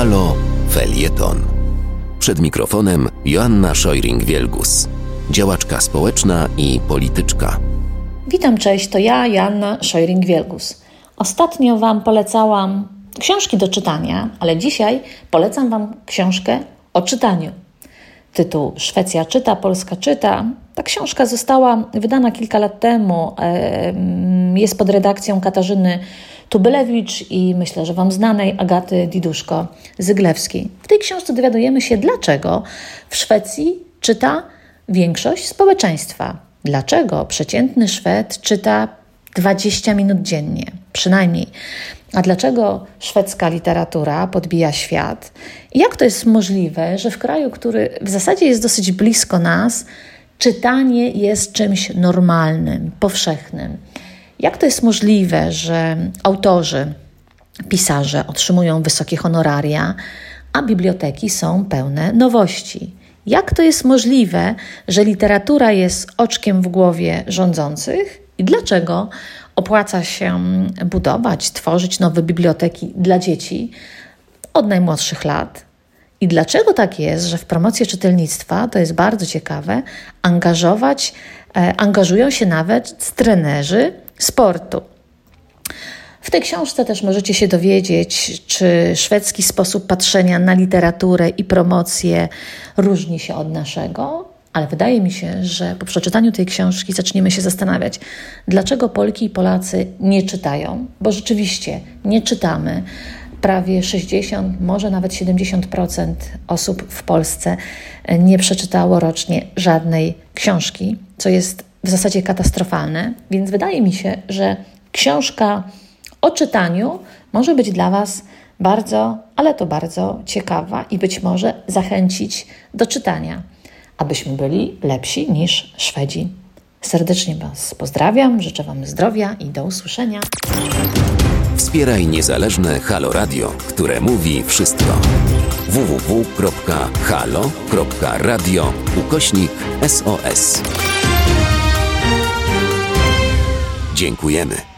Halo Felieton. Przed mikrofonem Joanna Szojring-Wielgus, działaczka społeczna i polityczka. Witam, cześć, to ja, Joanna Szojring-Wielgus. Ostatnio Wam polecałam książki do czytania, ale dzisiaj polecam Wam książkę o czytaniu. Tytuł Szwecja czyta, Polska czyta. Ta książka została wydana kilka lat temu. Jest pod redakcją Katarzyny Tubylewicz i myślę, że Wam znanej Agaty Diduszko-Zyglewskiej. W tej książce dowiadujemy się, dlaczego w Szwecji czyta większość społeczeństwa. Dlaczego przeciętny Szwed czyta 20 minut dziennie, przynajmniej. A dlaczego szwedzka literatura podbija świat? I jak to jest możliwe, że w kraju, który w zasadzie jest dosyć blisko nas, czytanie jest czymś normalnym, powszechnym? Jak to jest możliwe, że autorzy, pisarze otrzymują wysokie honoraria, a biblioteki są pełne nowości? Jak to jest możliwe, że literatura jest oczkiem w głowie rządzących i dlaczego opłaca się budować, tworzyć nowe biblioteki dla dzieci od najmłodszych lat? I dlaczego tak jest, że w promocję czytelnictwa, to jest bardzo ciekawe, angażują się nawet trenerzy sportu? W tej książce też możecie się dowiedzieć, czy szwedzki sposób patrzenia na literaturę i promocję różni się od naszego, ale wydaje mi się, że po przeczytaniu tej książki zaczniemy się zastanawiać, dlaczego Polki i Polacy nie czytają, bo rzeczywiście nie czytamy. Prawie 60, może nawet 70% osób w Polsce nie przeczytało rocznie żadnej książki, co jest w zasadzie katastrofalne, więc wydaje mi się, że książka o czytaniu może być dla Was bardzo, ale to bardzo ciekawa i być może zachęcić do czytania, abyśmy byli lepsi niż Szwedzi. Serdecznie Was pozdrawiam, życzę Wam zdrowia i do usłyszenia. Wspieraj niezależne Halo Radio, które mówi wszystko. www.halo.radio/SOS. Dziękujemy.